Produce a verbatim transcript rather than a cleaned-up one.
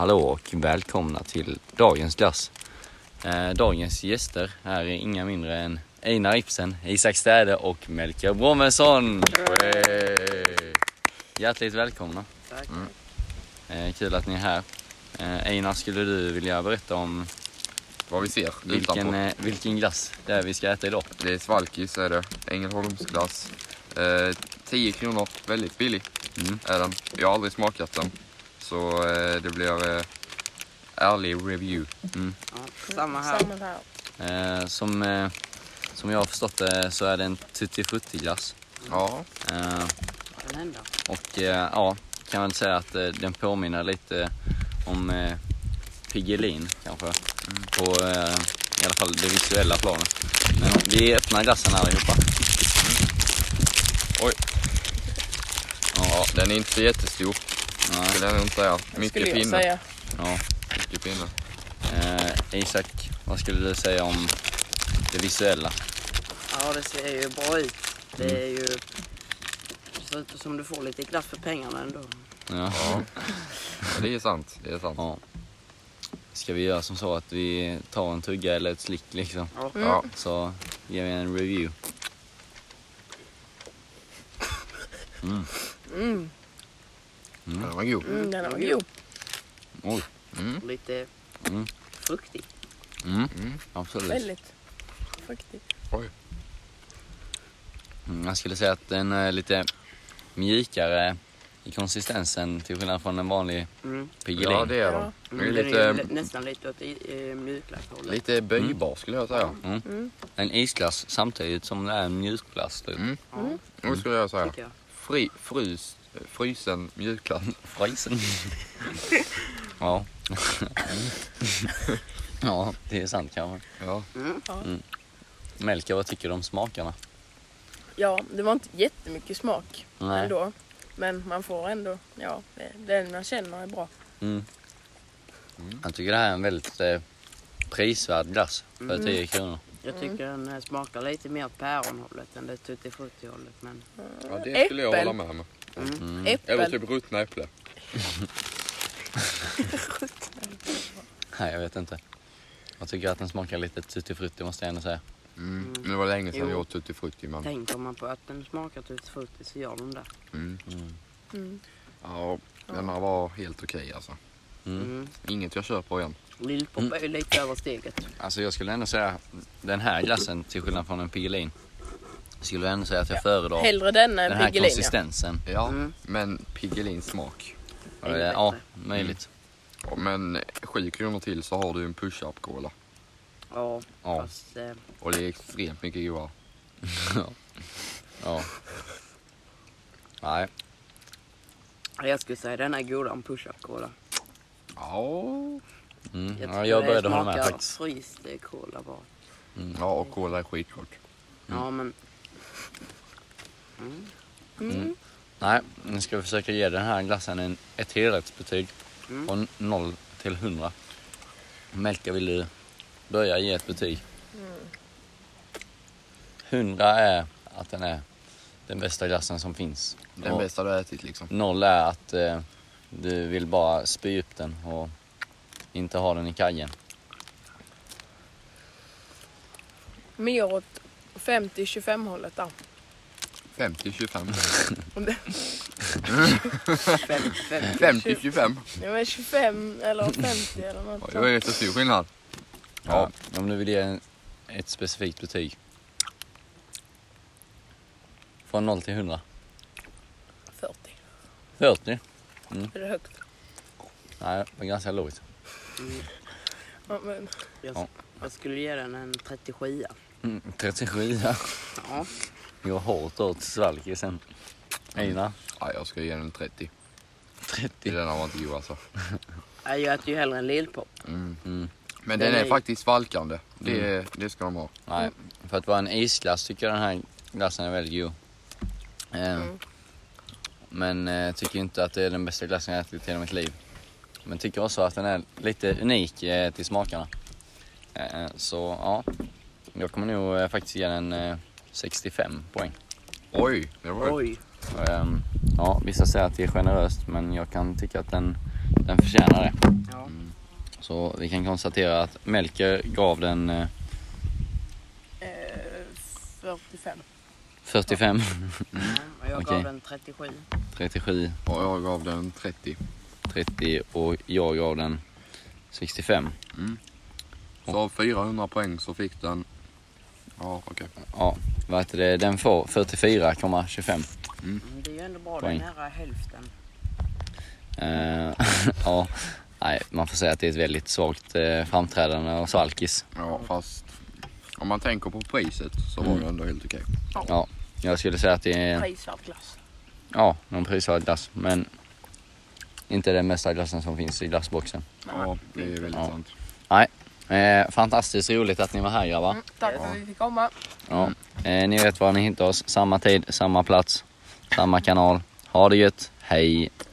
Hallå och välkomna till dagens glass. Eh, dagens gäster är inga mindre än Einar Ibsen, Isak Städe och Melker Brommesson. Hjärtligt välkomna. Tack. Mm. Eh, kul att ni är här. Eh, Einar, skulle du vilja berätta om vad vi ser vilken, eh, vilken glass det är vi ska äta idag? Det är Svalkis, är det. Ängelholmsglass. Eh, tio kronor, väldigt billig Mm. är den. Jag har aldrig smakat den. Så eh, det blir eh, ärlig review. Mm. Ja, samma här. Samma här. Eh, som, eh, som jag har förstått det så är det en tutti frutti glass. Ja, Eh, Den enda. och eh, ja, kan väl säga att eh, den påminner lite om eh, Piggelin kanske. Mm. På eh, i alla fall det visuella planet. Men vi öppnar glassen här allihopa. oj. Ja, Ja, den är inte så jättestor. nej, Skulle jag nog inte säga. Skulle Mycket jag pinne. säga. ja. Mycket pinne. Eh, Isak, vad skulle du säga om det visuella? Ja, det ser ju bra ut. Det är ju... Det ser ut som du får lite glass för pengarna ändå. Ja. Ja, ja, det är sant. Det är sant. Ja. Ska vi göra som så att vi tar en tugga eller ett slick liksom? Ja. Mm. Ja, Så ger vi en review. Mm. Mm. Mm. den var god. Mm, den var god. Oj. Mm. Lite Mm. fruktig. Mm. Mm. Absolut. Väldigt fruktigt. Oj. Mm, jag skulle säga att den är lite mjukare i konsistensen till skillnad från en vanlig Mm. Piggelin. Ja, det är Ja. den. Den är Mm, den är lite, ju lä- nästan lite åt äh, mjukglasshållet. lite böjbar skulle jag säga. Mm. Mm. En isglass samtidigt som det är en mjukglass. Typ. Mm. Ja, Det skulle jag säga. tycker jag. Fri, frys, frysen mjukglass. Frysen. Ja. Ja, det är sant kanske. Ja. Mm. Melker, vad tycker du om smakerna? Ja, det var inte jättemycket smak Nej. ändå. Men man får ändå, ja, det- den man känner är bra. Mm. Mm. Jag tycker det här är en väldigt eh, prisvärd glass för Mm. tio kronor. Jag tycker den eh, smakar lite mer åt päronhållet än det tutti frutti hållet. Men Ja, det skulle jag Äppel. hålla med om. mm. Mm. Äppel. Eller typ ruttna äpple. Nej, jag vet inte. Jag tycker att den smakar lite tutti frutti måste jag ändå säga. Mm. Det var länge sedan Jo. jag åt tutti frutti, men... tänker man på att den smakar tutti frutti så gör den det. Mm. Mm. Mm. Ja, den här var helt okej alltså. Mm. Mm. Inget jag kör på igen. Lillpop Mm. är ju lite över steget. Alltså jag skulle ändå säga den här glassen till skillnad från en Piggelin. Skulle jag ändå säga att jag föredrar Hellre denna den än här Piggelin. Ja. konsistensen. Ja, Mm. men Piggelins smak. Ja, Ännu det- bättre. ja, möjligt. Ja, men sju kronor till så har du en push-up cola. Ja, Ja. fast... Eh, Och det är extremt mycket godare. Ja. Nej. jag skulle säga den är godare än push-up cola. Ja. Mm. Jag Ja, tycker jag det började hålla med smakar faktiskt. fryst eh, cola bara. Mm. Ja, och cola är skitgott. Ja, men... Mm. Mm. Nej, nu ska vi försöka ge den här glassen en, ett helhetsbetyg Mm. från noll till hundra. Melker, vill du börja ge ett betyg? hundra är att den är den bästa glassen som finns. Den Och bästa du har ätit liksom. noll är att eh, du vill bara spy upp den och inte ha den i kajen. Mer åt femtio tjugofem hållet där. femtio tjugofem. Om det- Fem, fem. femtio tjugofem. Ja, men tjugofem eller femtio eller något. Ja, det var jättestor skillnad. Ja. Om du vill ge en, ett specifikt betyg. Från noll till hundra. fyrtio. fyrtio. Är det högt? Nej, det var ganska lågt. Mm. Ja, men, Jag, Ja. jag skulle ge den en trettiosju. Mm, trettiosju, ja. Ja. Jag har hårt åt svalkisen. Einar, Ja, jag ska ge den trettio. trettio. Den var inte god alltså. Jag äter ju hellre en lillpop. Mm. Mm. Men Den den är är- faktiskt svalkande. Det, det ska de ha. Nej, för att vara en isglass tycker jag den här glassen är väldigt god. Eh, Mm. Men eh, tycker inte att det är den bästa glassen jag ätit i hela mitt liv. Men tycker också att den är lite unik eh, till smakerna. Eh, så ja, jag kommer nog eh, faktiskt ge den eh, sextiofem poäng. Oj, det var Oj. Eh, ja, vissa säger att det är generöst, men jag kan tycka att den den förtjänar det. Ja. Så vi kan konstatera att Melker gav den eh, Eh, fyrtiofem. fyrtiofem, Ja, och jag Okej. gav den trettiosju. trettiosju, Och jag gav den trettio. trettio och jag gav den sextiofem. Så av fyrahundra poäng så fick den... Ja, okej. Ja, vad heter det? Den får fyrtiofyra komma tjugofem. Mm, det är ju ändå bra, Poäng. den nära hälften. Eh, ja, nej, man får säga att det är ett väldigt svagt eh, framträdande av Salkis. Ja, fast om man tänker på priset så var det ändå helt okej. Ja, jag skulle säga att det är Prisvärd glass. ja, någon prisvärd glass, men inte den mesta glassen som finns i glassboxen. Ja, det är väldigt Ja. sant. Eh, fantastiskt roligt att ni var här, grabbar. Mm, tack för att vi fick komma. Ja. Eh, ni vet var ni hittar oss. Samma tid, samma plats, samma kanal. Ha det gött. Hej!